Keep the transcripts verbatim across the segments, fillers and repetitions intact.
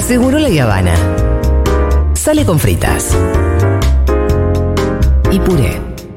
Seguro La Habana. Sale con fritas y puré.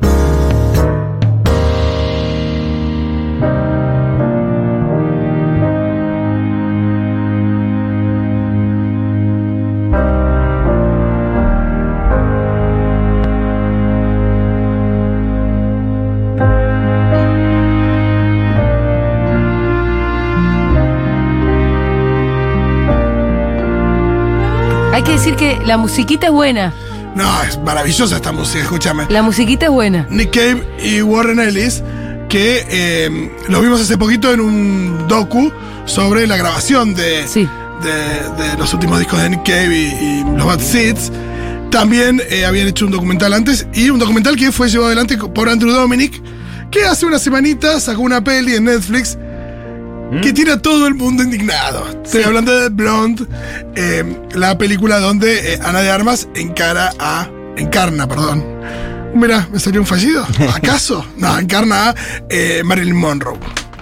Hay que decir que la musiquita es buena. No, es maravillosa esta música, escúchame. La musiquita es buena. Nick Cave y Warren Ellis, que eh, los vimos hace poquito en un docu sobre la grabación de, Sí. de, de los últimos discos de Nick Cave y, y los Bad Seeds. También eh, habían hecho un documental antes, y un documental que fue llevado adelante por Andrew Dominic, que hace una semanita sacó una peli en Netflix que tiene a todo el mundo indignado. Estoy Sí. hablando de Blonde, eh, la película donde eh, Ana de Armas encara a. encarna, perdón. Mira, ¿me salió un fallido? ¿Acaso? No, encarna a eh, Marilyn Monroe.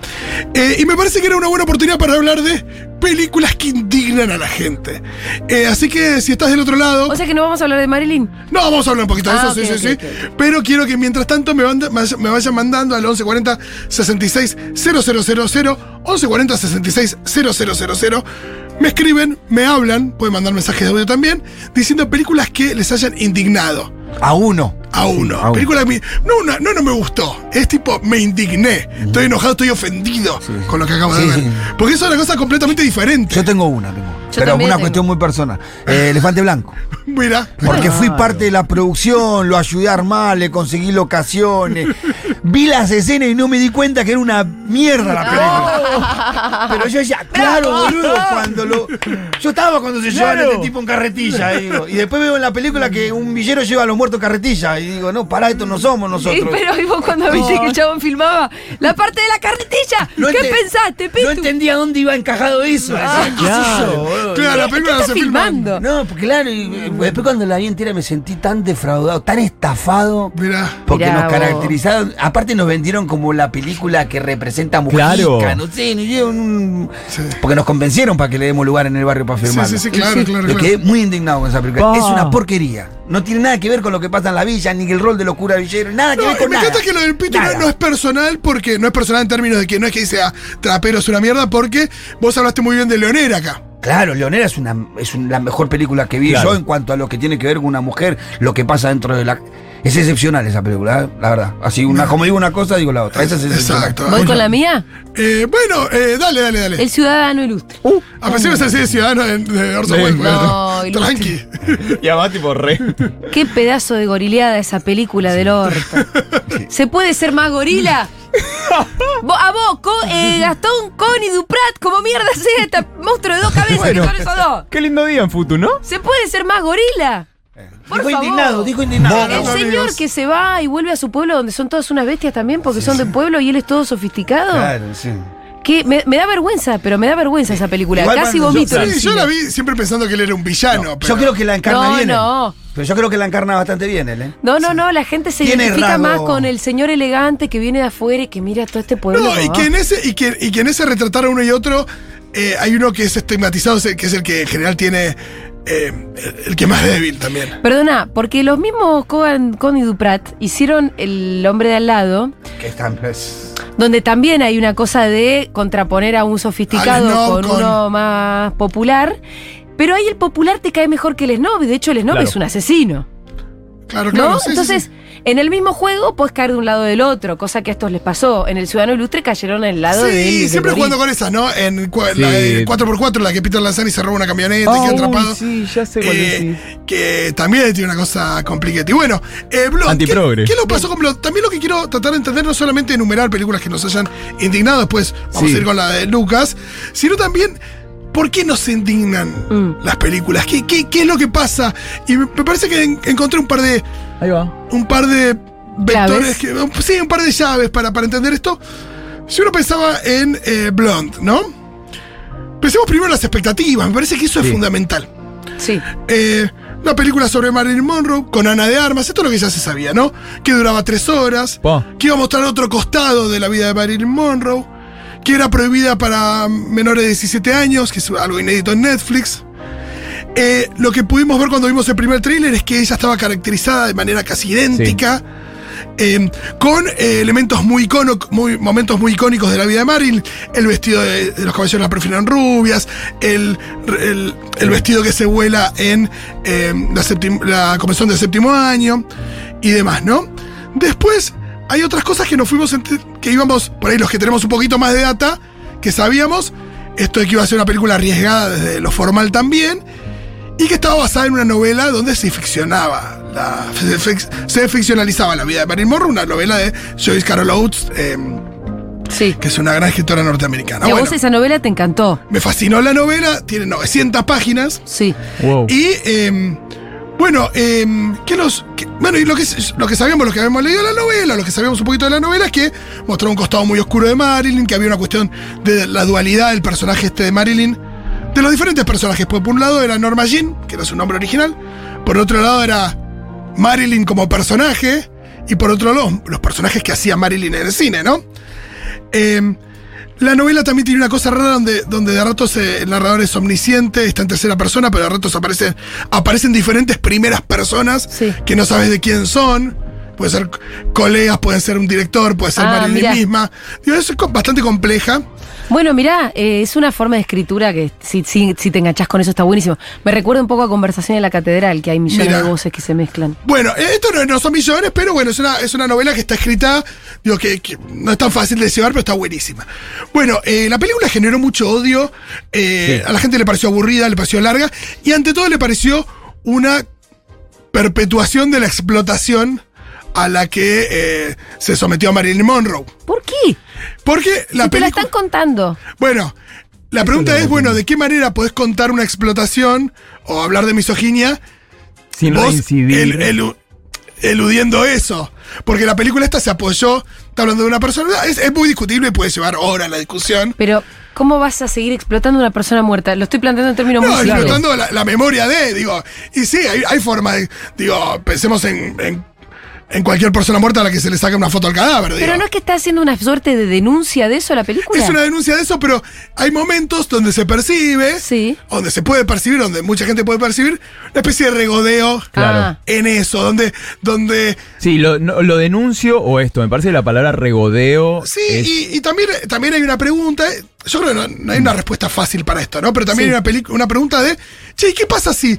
Eh, y me parece que era una buena oportunidad para hablar de películas que indignan a la gente. Eh, así que si estás del otro lado. O sea que no vamos a hablar de Marilyn. No, vamos a hablar un poquito de Ah, eso, ok, sí, sí, ok, sí. ok. Pero quiero que mientras tanto me, manda- me vayan mandando al once cuarenta, sesenta y seis, cero cero cero cero, once cuarenta, sesenta y seis, cero cero cero cero. Me escriben, me hablan, pueden mandar mensajes de audio también, diciendo películas que les hayan indignado. A uno. A uno. A uno. Película que me- no, una- no, no me gustó. Es tipo, me indigné. Estoy enojado, estoy ofendido con lo que acabo de Sí, ver. sí. Porque eso es una cosa completamente diferente. Yo tengo una, tengo. Pero también una tengo. cuestión muy personal. Eh, Elefante Blanco. Mira. Porque fui parte de la producción, lo ayudé a armar, le conseguí locaciones. Vi las escenas y no me di cuenta que era una mierda la película. Pero yo ya, claro, boludo, cuando lo. Yo estaba cuando se llevan a este tipo en carretilla. Y, digo, y después veo en la película que un villero lleva a los muertos en carretilla. Y digo, no, pará, esto no somos nosotros. Sí, pero ¿y vos cuando viste que el chabón filmaba la parte de la carretilla? No ¿Qué ente- pensaste, Pitu? No entendía dónde iba encajado eso. Ah, Decía, ¿qué sé yo, boludo? Claro, la ¿Qué película no estás se filma. filmando? No, porque claro, y, y después cuando la vi entera me sentí tan defraudado, tan estafado. Mira. Porque Mirá nos vos. caracterizaron, aparte nos vendieron como la película que representa a Mujica, Claro. no sé, nos dieron un... Sí. Porque nos convencieron para que le demos lugar en el barrio para Sí, firmar. sí, sí, claro, claro, Me claro. quedé muy indignado con esa película. Pa. Es una porquería. No tiene nada que ver con lo que pasa en la villa, ni el rol de los curas villeros, nada que No, ver y con me nada. encanta que lo del Pitu no, Nada. no es personal, porque no es personal en términos de que no es que dice ah, trapero es una mierda, porque vos hablaste muy bien de Leonera acá. Claro, Leonera es una es un- la mejor película que vi Claro. yo en cuanto a lo que tiene que ver con una mujer, lo que pasa dentro de la... Es excepcional esa película, ¿eh? La verdad. Así, una, como digo una cosa, digo la otra. Esa es excepcional. Exacto. ¿Voy con la mía? Eh, bueno, eh, dale, dale, dale. El ciudadano ilustre. A pesar de ser ciudadano de, de Orson Sí, Welles. no, bueno, ilustre. tranqui. Y además, tipo, re. Qué pedazo de gorileada esa película del orto. ¿Se puede ser más gorila? Vo- a vos, Co- eh, Gastón, Connie, Duprat, como mierda sea este monstruo de dos cabezas Bueno. que son esos dos. Qué lindo día en Futu, ¿no? ¿Se puede ser más gorila? Por Dijo favor. indignado, dijo indignado. El No, señor amigos. que se va y vuelve a su pueblo donde son todas unas bestias también porque son de pueblo y él es todo sofisticado. Claro, sí. Que me, me da vergüenza, pero me da vergüenza esa película. Igual Casi cuando- vomito. en el Sí, yo cine. la vi siempre pensando que él era un villano. pero- Yo creo que la encarna No, bien. él. no. Pero yo creo que la encarna bastante bien él, ¿eh? No, no, no, la gente se Tiene identifica rasgo- más con el señor elegante que viene de afuera y que mira todo este pueblo. No, y como que, va. en ese, y, que, y que en ese retratar a uno y otro, eh, hay uno que es estigmatizado, que es el que en general tiene. eh, el, el que más débil también. Perdona, porque los mismos Cohen, Connie Duprat hicieron El hombre de al lado, Que están. pues, donde también hay una cosa de contraponer a un sofisticado Al snob con, con- uno más popular. Pero ahí el popular te cae mejor que el snob, y de hecho el snob Claro. es un asesino. Claro, claro. ¿No? sí, sí, Entonces, sí. en el mismo juego puedes caer de un lado del otro, cosa que a estos les pasó. En el Ciudadano Ilustre cayeron en el lado Sí, de él. siempre jugando con esas, ¿no? En cua- Sí. la de cuatro por cuatro, la que Peter Lanzani se roba una camioneta y queda atrapado. Sí, ya sé cuál Eh, decís. que también tiene una cosa complicada. Y bueno, eh, Blonde, ¿qué, Antiprogre. ¿qué lo pasó con Blonde? También lo que quiero tratar de entender, no solamente enumerar películas que nos hayan indignado, después vamos Sí. a ir con la de Lucas, sino también por qué nos indignan Mm. las películas. ¿Qué, qué, qué es lo que pasa? Y me me parece que en- encontré un par de Ahí va. un par de vectores, Claves. que, un- sí, un par de llaves para, para entender esto. Si uno pensaba en eh, Blonde, ¿no? Pensemos primero en las expectativas, me parece que eso es Sí. fundamental. Sí. Eh, una película sobre Marilyn Monroe con Ana de Armas, esto es lo que ya se sabía, ¿no? Que duraba tres horas, Pa. que iba a mostrar otro costado de la vida de Marilyn Monroe, que era prohibida para menores de diecisiete años, que es algo inédito en Netflix, Eh, lo que pudimos ver cuando vimos el primer tráiler es que ella estaba caracterizada de manera casi idéntica, sí. eh, con eh, elementos muy icónicos, muy, momentos muy icónicos de la vida de Marilyn, el vestido de, de los caballeros la prefieren rubias, el, el, el vestido que se vuela en eh, la, séptima, la convención del séptimo año y demás, ¿no? Después hay otras cosas que nos fuimos, que íbamos, por ahí los que tenemos un poquito más de data, que sabíamos, esto de que iba a ser una película arriesgada desde lo formal también, y que estaba basada en una novela donde se ficcionaba, la, se, se ficcionalizaba la vida de Marilyn Monroe, una novela de Joyce Carol Oates, eh, sí. que es una gran escritora norteamericana. Y a bueno, vos esa novela te encantó. Me fascinó la novela, tiene novecientas páginas. Sí. Wow. Y, eh, bueno, eh, ¿qué nos, qué, bueno, y lo que, lo que sabíamos, lo que habíamos leído de la novela, lo que sabíamos un poquito de la novela es que mostraba un costado muy oscuro de Marilyn, que había una cuestión de la dualidad del personaje este de Marilyn, de los diferentes personajes. Por un lado era Norma Jean, que era su nombre original. Por otro lado era Marilyn como personaje. Y por otro lado, los personajes que hacía Marilyn en el cine, ¿no? Eh, la novela también tiene una cosa rara donde, donde de ratos eh, el narrador es omnisciente, está en tercera persona, pero de ratos aparecen, aparecen diferentes primeras personas sí. que no sabes de quién son. Puede ser colegas, puede ser un director, puede ser ah, Marilyn mirá. misma. Digo, eso es bastante compleja. Bueno, mirá, eh, es una forma de escritura que si, si, si te enganchás con eso está buenísimo. Me recuerda un poco a Conversación en la Catedral, que hay millones mirá. de voces que se mezclan. Bueno, esto no, no son millones, pero bueno, es una, es una novela que está escrita, digo, que, que no es tan fácil de llevar, pero está buenísima. Bueno, eh, la película generó mucho odio, eh, sí. a la gente le pareció aburrida, le pareció larga, y ante todo le pareció una perpetuación de la explotación a la que eh, se sometió a Marilyn Monroe. ¿Por qué? Porque la si te película... la están contando. Bueno, la pregunta es, bueno, ¿de qué manera podés contar una explotación o hablar de misoginia sin vos reincidir? El, el, eludiendo eso? Porque la película esta se apoyó, está hablando de una persona, es, es muy discutible y puede llevar horas la discusión. Pero, ¿cómo vas a seguir explotando a una persona muerta? Lo estoy planteando en términos no, muy claros. No, explotando la, la memoria de, digo, y sí, hay, hay forma de, digo, pensemos en... en En cualquier persona muerta a la que se le saca una foto al cadáver. Pero digo. no es que está haciendo una suerte de denuncia de eso la película. Es una denuncia de eso, pero hay momentos donde se percibe, sí. donde se puede percibir, donde mucha gente puede percibir, una especie de regodeo claro. en eso, donde... donde sí, lo, no, lo denuncio o esto, me parece que la palabra regodeo... Sí, es... y, y también, también hay una pregunta, yo creo que no, no hay una respuesta fácil para esto, ¿no? Pero también sí. hay una, peli- una pregunta de, che, ¿qué pasa si...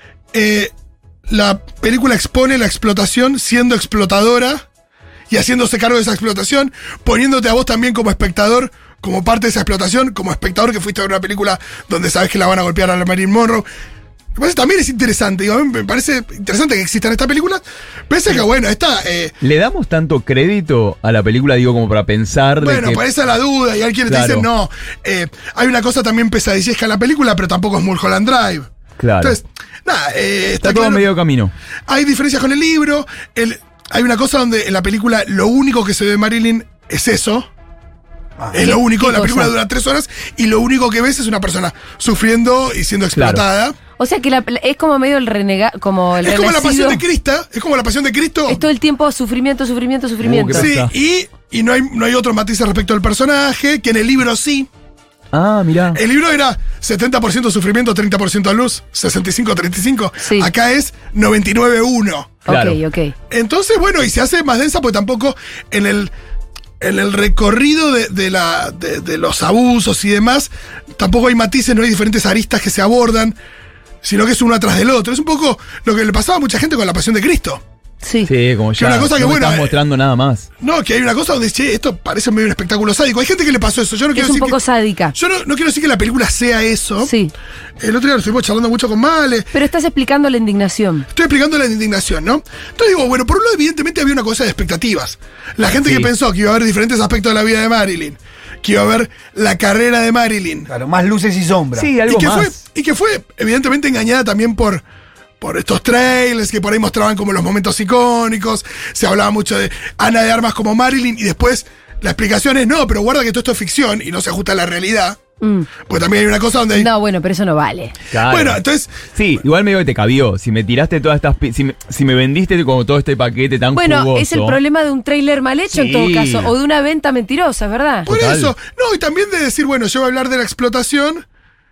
Eh, la película expone la explotación siendo explotadora y haciéndose cargo de esa explotación, poniéndote a vos también como espectador, como parte de esa explotación, como espectador que fuiste a ver una película donde sabes que la van a golpear a la Marilyn Monroe. Me parece, también es interesante, digo, a mí me parece interesante que existan estas películas. Pese que, bueno, esta... Eh, ¿Le damos tanto crédito a la película, digo, como para pensar de bueno, que... para esa la duda, y alguien claro. te dice, no, eh, hay una cosa también pesadillesca en la película, pero tampoco es Mulholland Drive. Claro. Entonces, nada, eh, está, está todo claro, medio camino. Hay diferencias con el libro. El, hay una cosa donde en la película lo único que se ve de Marilyn es eso. Ah, es lo único. La película dura tres horas y lo único que ves es una persona sufriendo y siendo explotada. Claro. O sea que la, es como medio el renegado, como el Es como renacido. la pasión de Cristo. Es como la pasión de Cristo. Es todo el tiempo sufrimiento, sufrimiento, sufrimiento. Uh, sí, y, y no hay, no hay otros matices respecto al personaje, que en el libro sí. Ah, mirá. El libro era setenta por ciento sufrimiento, treinta por ciento luz, sesenta y cinco a treinta y cinco. Sí. Acá es noventa y nueve a uno. Claro. Ok, ok. Entonces, bueno, y se hace más densa porque tampoco en el, en el recorrido de, de, la, de, de los abusos y demás, tampoco hay matices, no hay diferentes aristas que se abordan, sino que es uno atrás del otro. Es un poco lo que le pasaba a mucha gente con la Pasión de Cristo. Sí. Sí, como ya una cosa que, no bueno, están eh, mostrando nada más. No, que hay una cosa donde, che, esto parece medio un espectáculo sádico. Hay gente que le pasó eso. Yo no quiero Es un decir poco que, sádica. Yo no, no quiero decir que la película sea eso. Sí. El otro día lo estuvimos charlando mucho con Male. Pero estás explicando la indignación. Estoy explicando la indignación, ¿no? Entonces digo, bueno, por un lado, evidentemente había una cosa de expectativas. La gente Sí. que pensó que iba a haber diferentes aspectos de la vida de Marilyn, que iba a haber la carrera de Marilyn. Claro, más luces y sombras. Sí, Y algo que, más. fue, y que fue, evidentemente, engañada también por, por estos trailers que por ahí mostraban como los momentos icónicos. Se hablaba mucho de Ana de Armas como Marilyn, y después la explicación es no, pero guarda que todo esto es ficción y no se ajusta a la realidad. Mm. Porque también hay una cosa donde hay. No, bueno, pero eso no vale. Claro. Bueno, entonces. Sí, igual medio que te cabió. Si me tiraste todas estas... pi- Si me, si me vendiste como todo este paquete tan Bueno, jugoso... es el problema de un tráiler mal hecho en Sí. todo caso, o de una venta mentirosa, ¿verdad? Por Total. eso. No, y también de decir, bueno, yo voy a hablar de la explotación,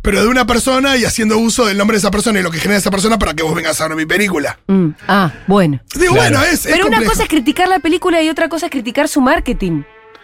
pero de una persona y haciendo uso del nombre de esa persona y lo que genera esa persona para que vos vengas a ver mi película. Mm, ah, bueno. Digo, Claro. bueno, es, es Pero una complejo. cosa es criticar la película y otra cosa es criticar su marketing.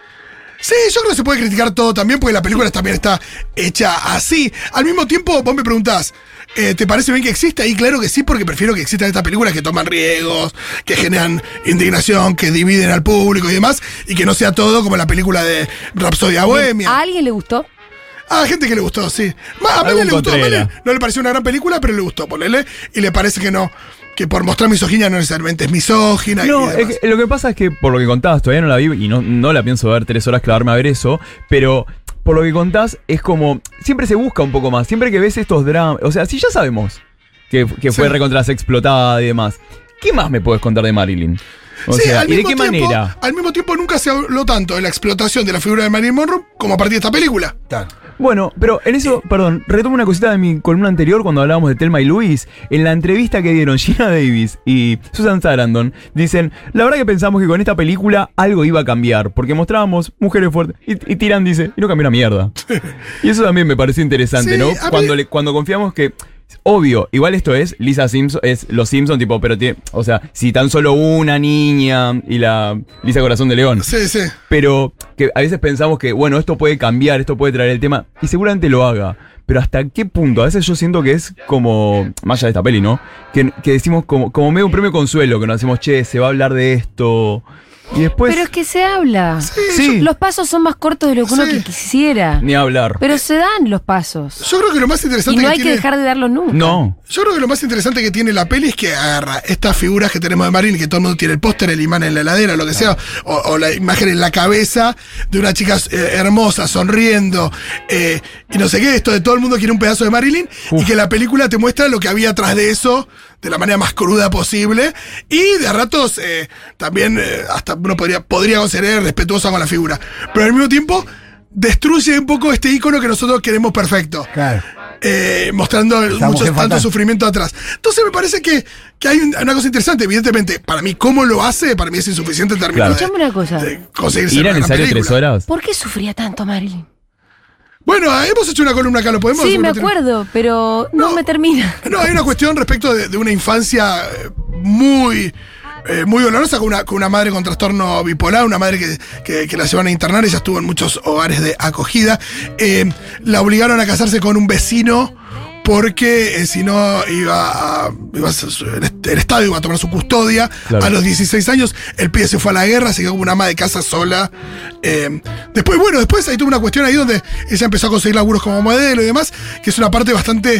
Sí, yo creo que se puede criticar todo también, porque la película también está hecha así. Al mismo tiempo, vos me preguntás, eh, ¿te parece bien que exista? Y claro que sí, porque prefiero que existan estas películas que toman riesgos, que generan indignación, que dividen al público y demás, y que no sea todo como la película de Rapsodia Bohemia. ¿A alguien le gustó? Ah, gente que le gustó, sí. Ma- A Amelia Algún le gustó, a Amelia Contreras. no le pareció una gran película, pero le gustó, ponele, y le parece que no, que por mostrar misoginia no necesariamente es misógina. No, y es demás. que lo que pasa es que por lo que contabas, todavía no la vi y no, no la pienso ver tres horas clavarme a ver eso, pero por lo que contás es como, siempre se busca un poco más, siempre que ves estos dramas, o sea, si ya sabemos que, que fue Sí. recontra explotada y demás, ¿qué más me puedes contar de Marilyn? O Sí, sea, al ¿y de mismo qué tiempo- manera? Al mismo tiempo nunca se habló tanto de la explotación de la figura de Marilyn Monroe como a partir de esta película. Claro. Bueno, pero en eso, perdón, retomo una cosita de mi columna anterior cuando hablábamos de Thelma y Louise. En la entrevista que dieron Gina Davis y Susan Sarandon, dicen, la verdad que pensamos que con esta película algo iba a cambiar, porque mostrábamos mujeres fuertes. Y, y Tiran dice, y no cambió una mierda. Y eso también me pareció interesante, Sí, ¿no? a mí- Cuando, le, cuando confiamos que... Obvio, igual esto es Lisa Simpson, es los Simpson, tipo, pero tiene, o sea, si tan solo una niña y la Lisa Corazón de León. Sí, sí. Pero que a veces pensamos que, bueno, esto puede cambiar, esto puede traer el tema, y seguramente lo haga. Pero hasta qué punto, a veces yo siento que es como, más allá de esta peli, ¿no? Que, que decimos como, como medio un premio consuelo, que nos decimos, che, se va a hablar de esto. Y después, Pero es que se habla. sí, Los pasos son más cortos de lo que uno Sí. que quisiera. ni hablar. Pero se dan los pasos. Yo creo que lo más Y interesante no que hay que tiene. dejar de darlos nunca. No. Yo creo que lo más interesante que tiene la peli es que agarra estas figuras que tenemos de Marilyn, que todo el mundo tiene el póster, el imán en la heladera, lo que sea, o, o la imagen en la cabeza de una chica eh, hermosa, sonriendo, eh, y no sé qué, esto de todo el mundo quiere un pedazo de Marilyn, y que la película te muestra lo que había atrás de eso, de la manera más cruda posible, y de a ratos eh, también eh, hasta uno podría, podría considerar respetuosa con la figura. Pero al mismo tiempo destruye un poco este icono que nosotros queremos perfecto. Claro. Eh, mostrando Esa mucho, mujer tanto fatal. sufrimiento atrás. Entonces me parece que, que hay un- una cosa interesante. Evidentemente, para mí, cómo lo hace, para mí es insuficiente en términos Claro. de, Escuchame una cosa. de conseguir ser ¿Y era una gran necesario película. tres horas? ¿Por qué sufría tanto Marilyn? Bueno, hemos hecho una columna acá, ¿lo podemos Sí, me repetir? acuerdo, pero no, No. me termina. No, hay una cuestión respecto de, de una infancia eh, muy, eh, muy dolorosa con una, con una madre con trastorno bipolar, una madre que, que, que la llevan a internar, ella estuvo en muchos hogares de acogida. Eh, la obligaron a casarse con un vecino porque eh, si no iba a, iba a ser su- el, est- el Estado iba a tomar su custodia. Claro. A los dieciséis años el pibe se fue a la guerra, se quedó como una ama de casa sola. Eh, después, bueno, después hay tuvo una cuestión ahí donde ella empezó a conseguir laburos como modelo y demás, que es una parte bastante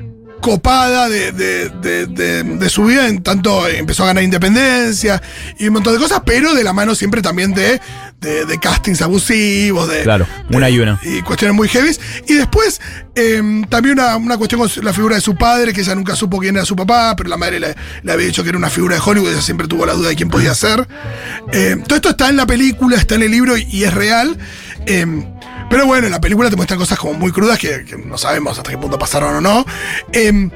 copada de, de, de, de- de su vida, en tanto empezó a ganar independencia y un montón de cosas, pero de la mano siempre también de, de, de castings abusivos, de, Claro, una de- y una. y cuestiones muy heavies. Y después eh, también una, una cuestión con la figura de su padre, que ella nunca supo quién era su papá, pero la madre le, le había dicho que era una figura de Hollywood, ella siempre tuvo la duda de quién podía ser. Eh, todo esto está en la película, está en el libro y, y es real. Eh, pero bueno, en la película te muestran cosas como muy crudas que, que no sabemos hasta qué punto pasaron o no. Eh,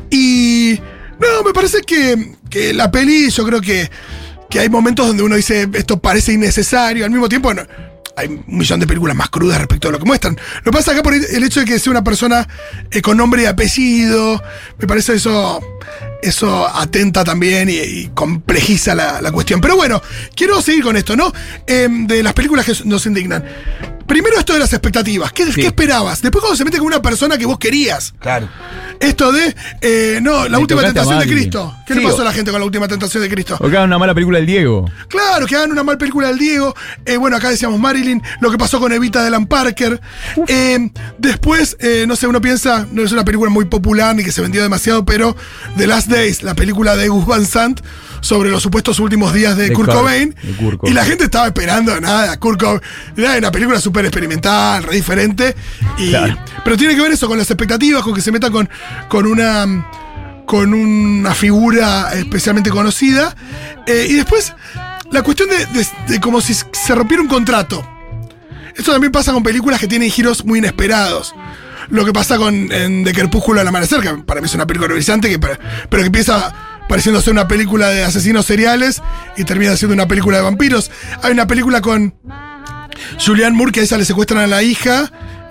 y no, me parece que, que la peli, yo creo que, que hay momentos donde uno dice esto parece innecesario, al mismo tiempo bueno, hay un millón de películas más crudas respecto a lo que muestran. Lo que pasa acá por el el hecho de que sea una persona eh, con nombre y apellido, me parece eso, eso atenta también y, y complejiza la, la cuestión. Pero bueno, quiero seguir con esto, ¿no? Eh, de las películas que nos indignan. Primero esto de las expectativas. ¿Qué, Sí. ¿qué esperabas? Después cuando se mete con una persona que vos querías. Claro. Esto de, eh, no, la Le última tocaste a tentación de Marilyn. Cristo. ¿Qué Sí, le pasó o- a la gente con la última tentación de Cristo? O que hagan una mala película del Diego. Claro, que hagan una mal película del Diego. Eh, bueno, acá decíamos Marilyn, lo que pasó con Evita de Alan Parker. Eh, después, eh, no sé, uno piensa, no es una película muy popular ni que se vendió demasiado, pero The Last Days, la película de Gus Van Sant sobre los supuestos últimos días de, De Kurt Kurt- Cobain. de Kurt Y la Cobain. gente estaba esperando nada, Kurt Cobain. Era una película súper experimental, re diferente. Y, Claro. Pero tiene que ver eso con las expectativas, con que se meta con, con una con una figura especialmente conocida. Eh, y después, la cuestión de, de- de como si se rompiera un contrato. Esto también pasa con películas que tienen giros muy inesperados. Lo que pasa con en De Crepúsculo al Amanecer, que para mí es una película brillante, que, pero pero que empieza pareciendo ser una película de asesinos seriales y termina siendo una película de vampiros. Hay una película con Julianne Moore que a ella le secuestran a la hija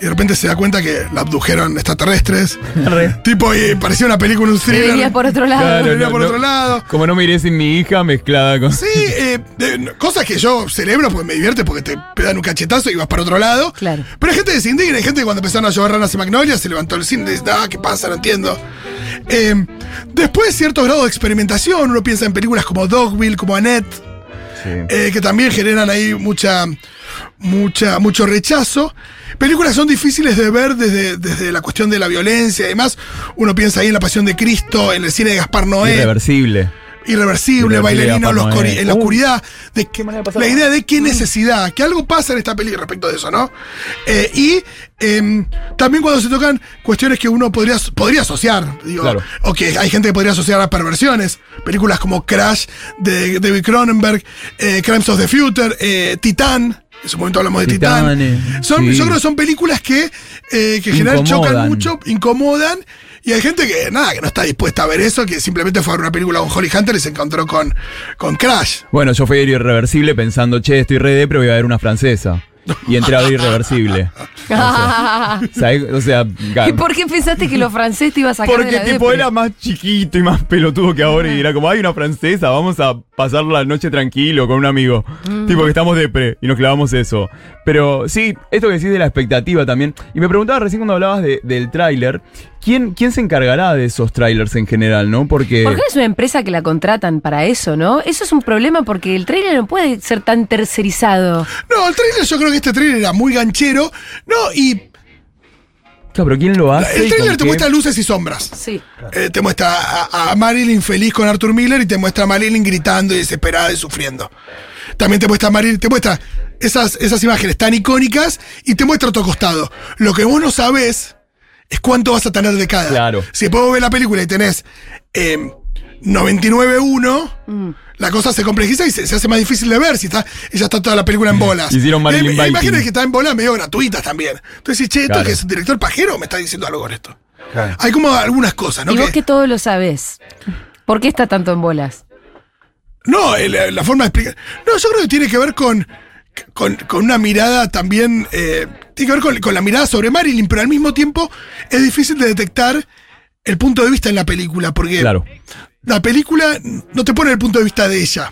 y de repente se da cuenta que la abdujeron extraterrestres. Re. Tipo, y parecía una película, un Te thriller. venías por otro lado. Claro, venía no, por no. otro lado. Como no me iré sin mi hija mezclada con. Sí, eh, de- cosas que yo celebro porque me divierte, porque te pegan un cachetazo y vas para otro lado. Claro. Pero hay gente que se indigna, hay gente que cuando empezaron a llover ranas y magnolias se levantó el cine y dice, ah, ¿qué pasa? No entiendo. Eh, después, cierto grado de experimentación, uno piensa en películas como Dogville, como Annette, Sí. eh, que también generan ahí mucha, mucha, mucho rechazo. Películas son difíciles de ver desde, desde la cuestión de la violencia y demás. Uno piensa ahí en La Pasión de Cristo, en el cine de Gaspar Noé. Irreversible. Irreversible, Irreversible, bailarina Gaspar los Noé. cori- en la Uh, oscuridad. De qué manera de pasar. la idea de qué necesidad, que algo pasa en esta película respecto de eso, ¿no? Eh, y em, también cuando se tocan cuestiones que uno podría, podría asociar, digo, Claro. o que hay gente que podría asociar a perversiones. Películas como Crash de David Cronenberg, eh, Crimes of the Future, eh, Titán. En su momento hablamos de Titán. Titanes, Son, sí. Yo creo que son películas que, eh, que en general chocan Incomodan. mucho, incomodan. Y hay gente que, nada, que no está dispuesta a ver eso, que simplemente fue a ver una película con Holly Hunter y se encontró con, con Crash. Bueno, yo fui a ir Irreversible pensando, che, estoy re de, pero voy a ver una francesa. Y entré a ver Irreversible. ¿Sabes? O sea, ga- ¿Y por qué pensaste que los franceses te iba a sacar de porque la tipo depre? era más chiquito y más pelotudo que ahora y era como, hay una francesa, vamos a pasar la noche tranquilo con un amigo. Tipo que estamos depre y nos clavamos eso. Pero sí, esto que decís de la expectativa también. Y me preguntaba recién cuando hablabas de- del tráiler, ¿quién, ¿quién se encargará de esos trailers en general, no? Porque... Porque es una empresa que la contratan para eso, ¿no? Eso es un problema porque el trailer no puede ser tan tercerizado. No, el trailer, yo creo que este trailer era muy ganchero. No, y Claro, pero ¿quién lo hace? el y trailer con te qué? muestra luces y sombras. Sí. Eh, te muestra a, a Marilyn feliz con Arthur Miller y te muestra a Marilyn gritando y desesperada y sufriendo. También te muestra a Marilyn, te muestra esas, esas imágenes tan icónicas y te muestra otro costado. Lo que vos no sabés es cuánto vas a tener de cada. Claro. Si después vos ves la película y tenés eh, noventa y nueve uno, Mm. la cosa se complejiza y se, se hace más difícil de ver si está, ella está toda la película en bolas. Hicieron Marilyn Y hay- hay Biting. imágenes que están en bolas medio gratuitas también. Entonces, che, ¿esto Claro. que es un director pajero o me está diciendo algo con esto? Claro. Hay como algunas cosas, ¿no? Y vos Que- que todo lo sabés. ¿Por qué está tanto en bolas? No, el- la forma de explicar. No, yo creo que tiene que ver con, con, con una mirada también. eh, tiene que ver con, con la mirada sobre Marilyn, pero al mismo tiempo es difícil de detectar el punto de vista en la película, porque Claro. la película no te pone el punto de vista de ella.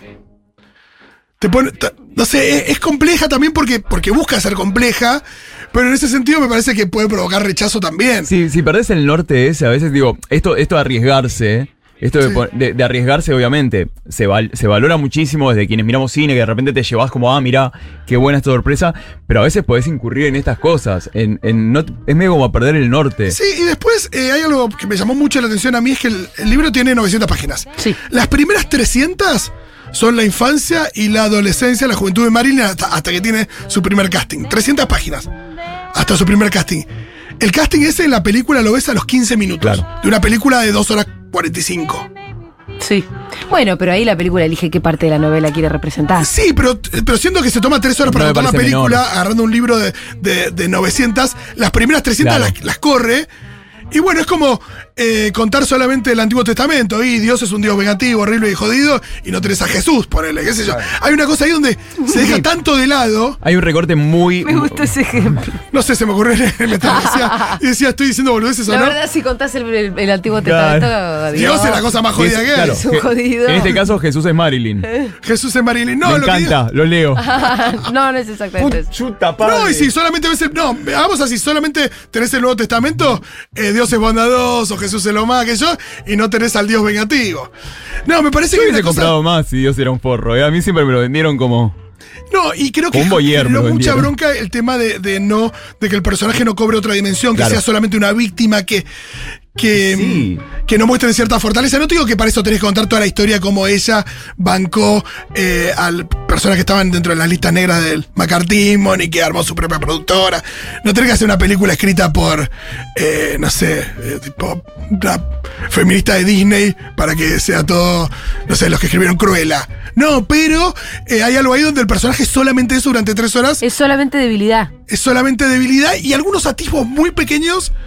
Te pone. ta- No sé, es, es compleja también porque, porque busca ser compleja, pero en ese sentido me parece que puede provocar rechazo también. Sí, si perdés el norte ese, a veces digo, esto, esto de arriesgarse, esto de, Sí. pon- de- de arriesgarse, obviamente, se, val- se valora muchísimo desde quienes miramos cine, que de repente te llevas como, ah, mirá, qué buena esta sorpresa, pero a veces podés incurrir en estas cosas, en, en no, es medio como a perder el norte. Sí, y después eh, hay algo que me llamó mucho la atención a mí, es que el, el libro tiene novecientas páginas. Sí. Las primeras trescientas son la infancia y la adolescencia, la juventud de Marilyn hasta, hasta que tiene su primer casting. trescientas páginas. Hasta su primer casting. El casting ese en la película lo ves a los quince minutos. Claro. De una película de dos horas cuarenta y cinco. Sí. Bueno, pero ahí la película elige qué parte de la novela quiere representar. Sí, pero, pero siento que se toma tres horas No para me contar la parece película, menor. agarrando un libro de, de, de novecientas. Las primeras trescientas Claro. las, las corre. Y bueno, es como eh, contar solamente el Antiguo Testamento. Y Dios es un Dios vengativo, horrible y jodido. Y no tenés a Jesús, ponele, qué sé yo. Hay una cosa ahí donde se deja tanto de lado. Hay un recorte muy... Me gusta ese ejemplo. No sé, se me ocurrió en el decía, y decía, estoy diciendo boludeces o La no. verdad, si contás el, el- el Antiguo Claro. Testamento, Dios es la cosa más jodida Es- que hay. claro, Es un que- jodido. En este caso Jesús es Marilyn. Jesús es Marilyn. No, Me lo que encanta, lo leo. no, no es exactamente eso. Chuta, No, y si solamente ves el. No, hagamos así, solamente tenés el Nuevo Testamento, eh, Dios es bondadoso, Jesús es lo más que yo, y no tenés al Dios vengativo. No, me parece Yo que hay hubiese una cosa- comprado más si Dios era un forro. ¿eh? A mí siempre me lo vendieron como... No, y creo que Con un boyer me generó lo mucha vendieron. bronca el tema de, de no, de que el personaje no cobre otra dimensión, que Claro. sea solamente una víctima que. Que, Sí. que no muestren cierta fortaleza. No te digo que para eso tenés que contar toda la historia, como ella bancó eh, a personas que estaban dentro de las listas negras del McCarthyismo y que armó su propia productora. No tenés que hacer una película escrita por, eh, no sé, eh, tipo, una feminista de Disney para que sea todo, no sé, los que escribieron Cruella. No, pero eh, hay algo ahí donde el personaje es solamente eso durante tres horas. Es solamente debilidad. Es solamente debilidad y algunos atisbos muy pequeños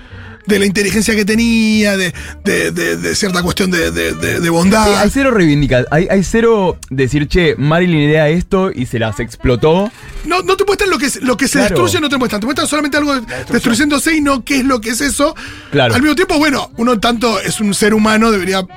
de la inteligencia que tenía, de, de, de, de cierta cuestión de, de, de, de bondad. Sí, hay cero reivindicar, hay, hay cero decir, che, Marilyn idea esto y se las explotó. No, no te muestran lo que, lo que se Claro. destruye, no te muestran. Te muestran solamente algo destruyéndose y no qué es lo que es eso. Claro. Al mismo tiempo, bueno, uno tanto es un ser humano, debería.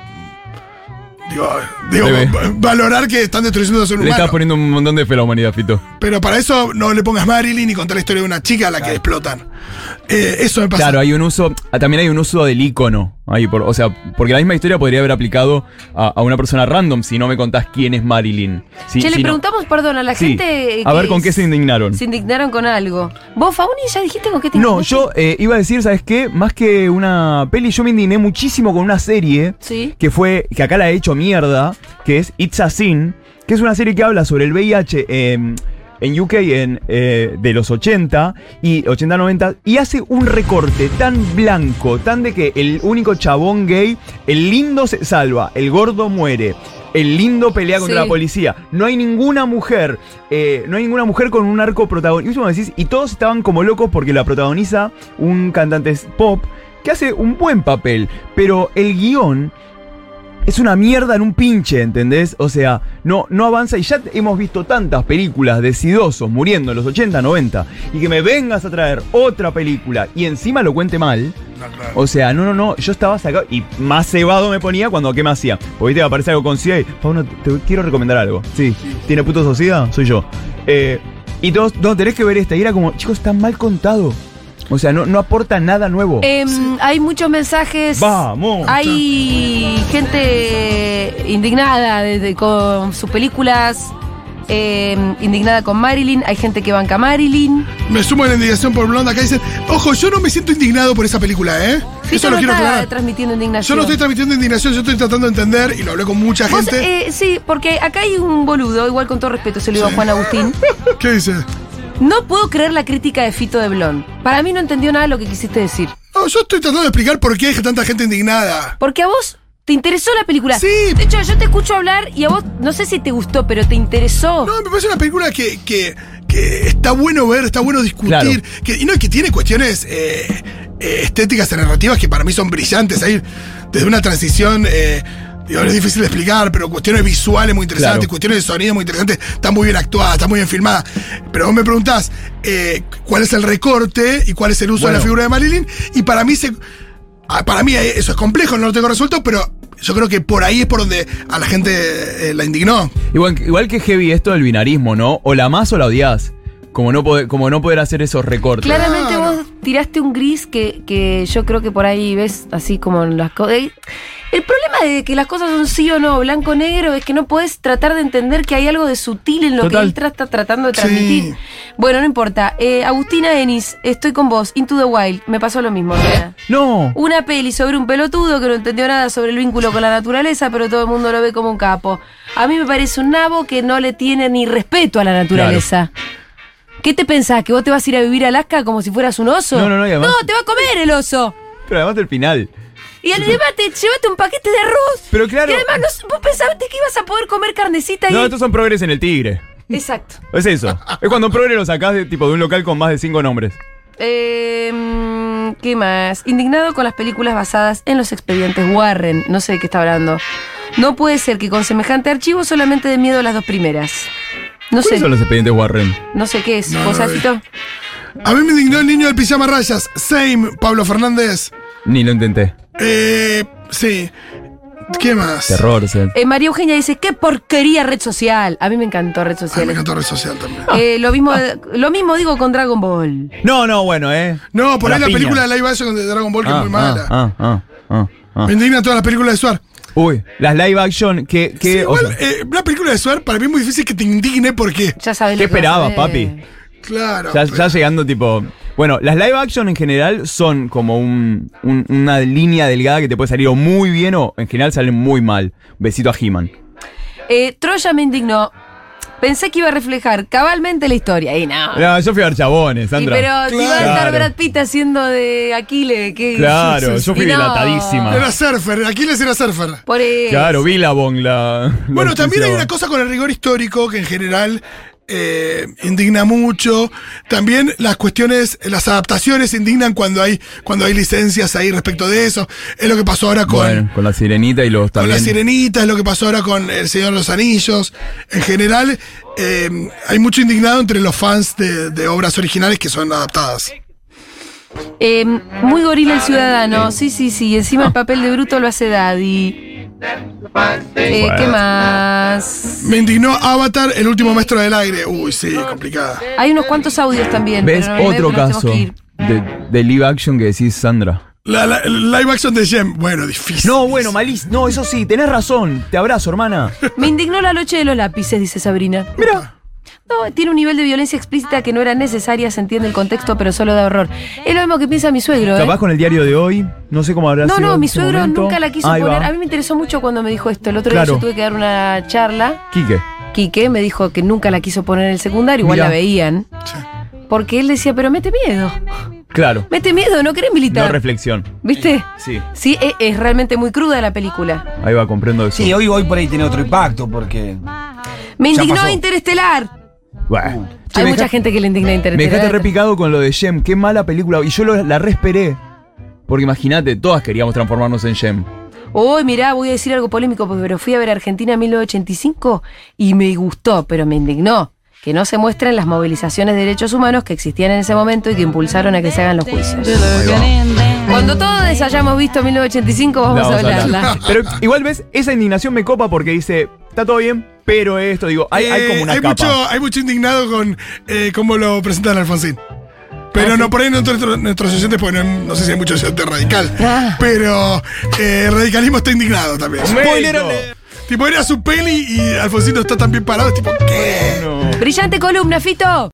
Digo, digo Debe. valorar que están destruyendo a ser Le humano. estás poniendo un montón de fe a la humanidad, Fito. Pero para eso no le pongas Marilyn y contar la historia de una chica a la que explotan. Eh, eso me pasa. Claro, hay un uso, ah, también hay un uso del icono. Ahí por, o sea, porque la misma historia podría haber aplicado a, a una persona random si no me contás quién es Marilyn. Si, Che, si le no- preguntamos, perdón, a la Sí. gente. A ver que con qué se indignaron. Se indignaron con algo. ¿Vos, Fauni, ya dijiste con qué te No, indignaste? yo eh, iba a decir, ¿sabes qué? Más que una peli, yo me indigné muchísimo con una serie Sí. que fue, que acá la he hecho mierda, que es It's a Sin, que es una serie que habla sobre el V I H eh, en U K en, eh, de los ochenta y ochenta noventa y hace un recorte tan blanco, tan de que el único chabón gay, el lindo se salva, el gordo muere. El lindo pelea contra Sí. la policía. No hay ninguna mujer. eh, no hay ninguna mujer con un arco protagonista. Decís, y todos estaban como locos porque la protagoniza un cantante pop que hace un buen papel. Pero el guión es una mierda en un pinche, ¿entendés? O sea, no, no avanza. Y ya hemos visto tantas películas de sidosos muriendo en los ochenta, noventa. Y que me vengas a traer otra película y encima lo cuente mal. No, claro. O sea, no, no, no, yo estaba sacado y más cebado me ponía cuando ¿qué me hacía? Porque viste, aparece algo con S I D A y, Pauno, te quiero recomendar algo. Sí, ¿tiene puto sociedad? Soy yo. Eh, y todos, no, tenés que ver esta. Y era como, chicos, está mal contado. O sea, no, no aporta nada nuevo. Em, Hay muchos mensajes. Vamos. Hay gente indignada desde con sus películas. em, indignada con Marilyn. Hay gente que banca a Marilyn. Me sumo a la indignación por Blonde. Acá dicen, ojo, yo no me siento indignado por esa película, ¿eh? Fito Eso lo no quiero está aclarar. transmitiendo Yo indignación. no estoy transmitiendo indignación, yo estoy tratando de entender, y lo hablé con mucha Vos, gente. eh, sí, porque acá hay un boludo, igual con todo respeto, se lo digo a Juan Agustín. ¿Qué dice? No puedo creer la crítica de Fito de Blond. Para mí no entendió nada de lo que quisiste decir. No, yo estoy tratando de explicar por qué hay tanta gente indignada. Porque a vos te interesó la película. Sí. De hecho, yo te escucho hablar y a vos no sé si te gustó, pero te interesó. No, me parece una película que, que, que está bueno ver, está bueno discutir. Claro. Que, y no, que tiene cuestiones eh, eh, estéticas y narrativas que para mí son brillantes. Ahí, desde una transición, eh, digo, es difícil de explicar, pero cuestiones visuales muy interesantes, Claro. cuestiones de sonido muy interesantes, está muy bien actuada, está muy bien filmada. Pero vos me preguntás eh, cuál es el recorte y cuál es el uso Bueno. de la figura de Marilyn, y para mí se. ah, Para mí eso es complejo, no lo tengo resuelto, pero yo creo que por ahí es por donde a la gente eh, la indignó. Igual, igual que heavy esto del binarismo, ¿no? O la amás o la odias. Como no poder, como no poder hacer esos recortes. Claramente Claro. vos tiraste un gris que, que yo creo que por ahí ves así como las cosas. El problema de que las cosas son sí o no, blanco o negro, es que no podés tratar de entender que hay algo de sutil en lo Total. que él tra- está tratando de Sí. transmitir. Bueno, no importa. Eh, Agustina Denis, estoy con vos. Into the Wild. Me pasó lo mismo, ¿verdad? No. Una peli sobre un pelotudo que no entendió nada sobre el vínculo con la naturaleza, pero todo el mundo lo ve como un capo. A mí me parece un nabo que no le tiene ni respeto a la naturaleza. ¿Qué te pensás? ¿Que vos te vas a ir a vivir a Alaska como si fueras un oso? No, no, no, y además- No, te va a comer el oso. Pero además del final. Y además te llevaste un paquete de arroz. Pero claro. Y además no- vos pensaste que ibas a poder comer carnecita y... No, estos son progres en el tigre. Exacto. Es eso. Es cuando un progre lo sacás de tipo de un local con más de cinco nombres. Eh, mm, ¿Qué más? Indignado con las películas basadas en los expedientes Warren. No sé de qué está hablando. No puede ser que con semejante archivo solamente dé miedo a las dos primeras. No ¿Cuáles sé. son los expedientes Warren? No sé qué es. No, ¿Vos no, sabés, Fito? A mí me indignó el niño del pijama rayas. Same, Pablo Fernández. Ni lo intenté. Eh, sí. ¿Qué más? Terror, Seth. Eh, María Eugenia dice, qué porquería red social. A mí me encantó red Ah, me social. encantó red social también. Eh, lo, mismo, lo mismo digo con Dragon Ball. No, no, bueno, eh. No, por La ahí la piña. película de live action de Dragon Ball que Ah, es muy mala. Ah, ah, ah, ah. Me indignan todas las películas de Suar. Uy, las live action, que, que Sí, o igual, sea, eh, una película de Suar para mí es muy difícil que te indigne porque. Ya sabes ¿qué lo que vas a esperabas, ver. papi? Claro. ya, pero- ya llegando tipo. Bueno, las live action en general son como un, un- una línea delgada que te puede salir o muy bien o en general salen muy mal. Besito a He-Man. Eh, Troya me indignó. Pensé que iba a reflejar cabalmente la historia. Y no. No, yo fui a ver chabones, Y Sandra. pero si va a estar Claro. Brad Pitt haciendo de Aquiles. ¿qué? Claro, yo fui Y no. dilatadísima. Era surfer, Aquiles era surfer. Por eso. Claro, Billabong la. Bueno, la también hay auspiciaba. una cosa con el rigor histórico que en general eh, indigna mucho. También las cuestiones, las adaptaciones indignan cuando hay, cuando hay licencias ahí respecto de eso. Es lo que pasó ahora con, Bueno, con la sirenita y los con también. La Sirenita, es lo que pasó ahora con El Señor de los Anillos. En general, eh, hay mucho indignado entre los fans de, de obras originales que son adaptadas. Eh, muy gorila el ciudadano. Sí, sí, sí. Encima el papel de bruto lo hace Daddy. Eh, ¿Qué más? Me indignó Avatar, El Último Maestro del Aire. Uy, sí, complicada. Hay unos cuantos audios también. ¿Ves? pero no- Otro nos tenemos caso que ir. de, de live action que decís, Sandra. La, la- live action de Jem, bueno, difícil. No, bueno, malís. No, eso sí, tenés razón. Te abrazo, hermana. Me indignó la noche de los lápices, dice Sabrina. Mira. No, tiene un nivel de violencia explícita que no era necesaria, se entiende el contexto, pero solo da horror. Es lo mismo que piensa mi suegro, ¿eh? Capaz con el diario de hoy, no sé cómo habrá No, sido. no, en mi ese suegro momento. nunca la quiso Ahí poner. va. A mí me interesó mucho cuando me dijo esto. El otro Claro. día yo tuve que dar una charla. Quique. Quique me dijo que nunca la quiso poner en el secundario, igual Mirá. la veían. Porque él decía, pero mete miedo. Claro. Mete miedo, no querés militar. No reflexión. ¿Viste? Sí. Sí, es, es realmente muy cruda la película. Ahí va, comprendo eso. Sí, hoy, hoy por ahí tiene otro impacto porque. Me Ya indignó pasó. Interestelar. Bueno. Che, Hay me mucha deja- gente que le indigna Me Interestelar. dejaste repicado con lo de Jem. Qué mala película. Y yo lo- la re esperé. Porque imagínate, todas queríamos transformarnos en Jem. Uy, mirá, voy a decir algo polémico, pero fui a ver Argentina en mil novecientos ochenta y cinco y me gustó, pero me indignó que no se muestren las movilizaciones de derechos humanos que existían en ese momento y que impulsaron a que se hagan los juicios. Cuando todos hayamos visto mil novecientos ochenta y cinco, vamos, Vamos a a hablar. hablarla. Pero igual ves, esa indignación me copa porque dice, está todo bien, pero esto, digo, hay, hay como una Eh, hay capa. mucho, hay mucho indignado con eh, cómo lo presentan a Alfonsín. Pero Ah, no sí. por ahí no nuestros, nuestros oyentes, porque no, no sé si hay mucho oyente radical. Ah. Pero eh, el radicalismo está indignado también. Spoiler Mérito. alert. Tipo, era su peli y Alfonsín no está tan bien parado. Es tipo, ¿qué? No. Brillante columna, Fito.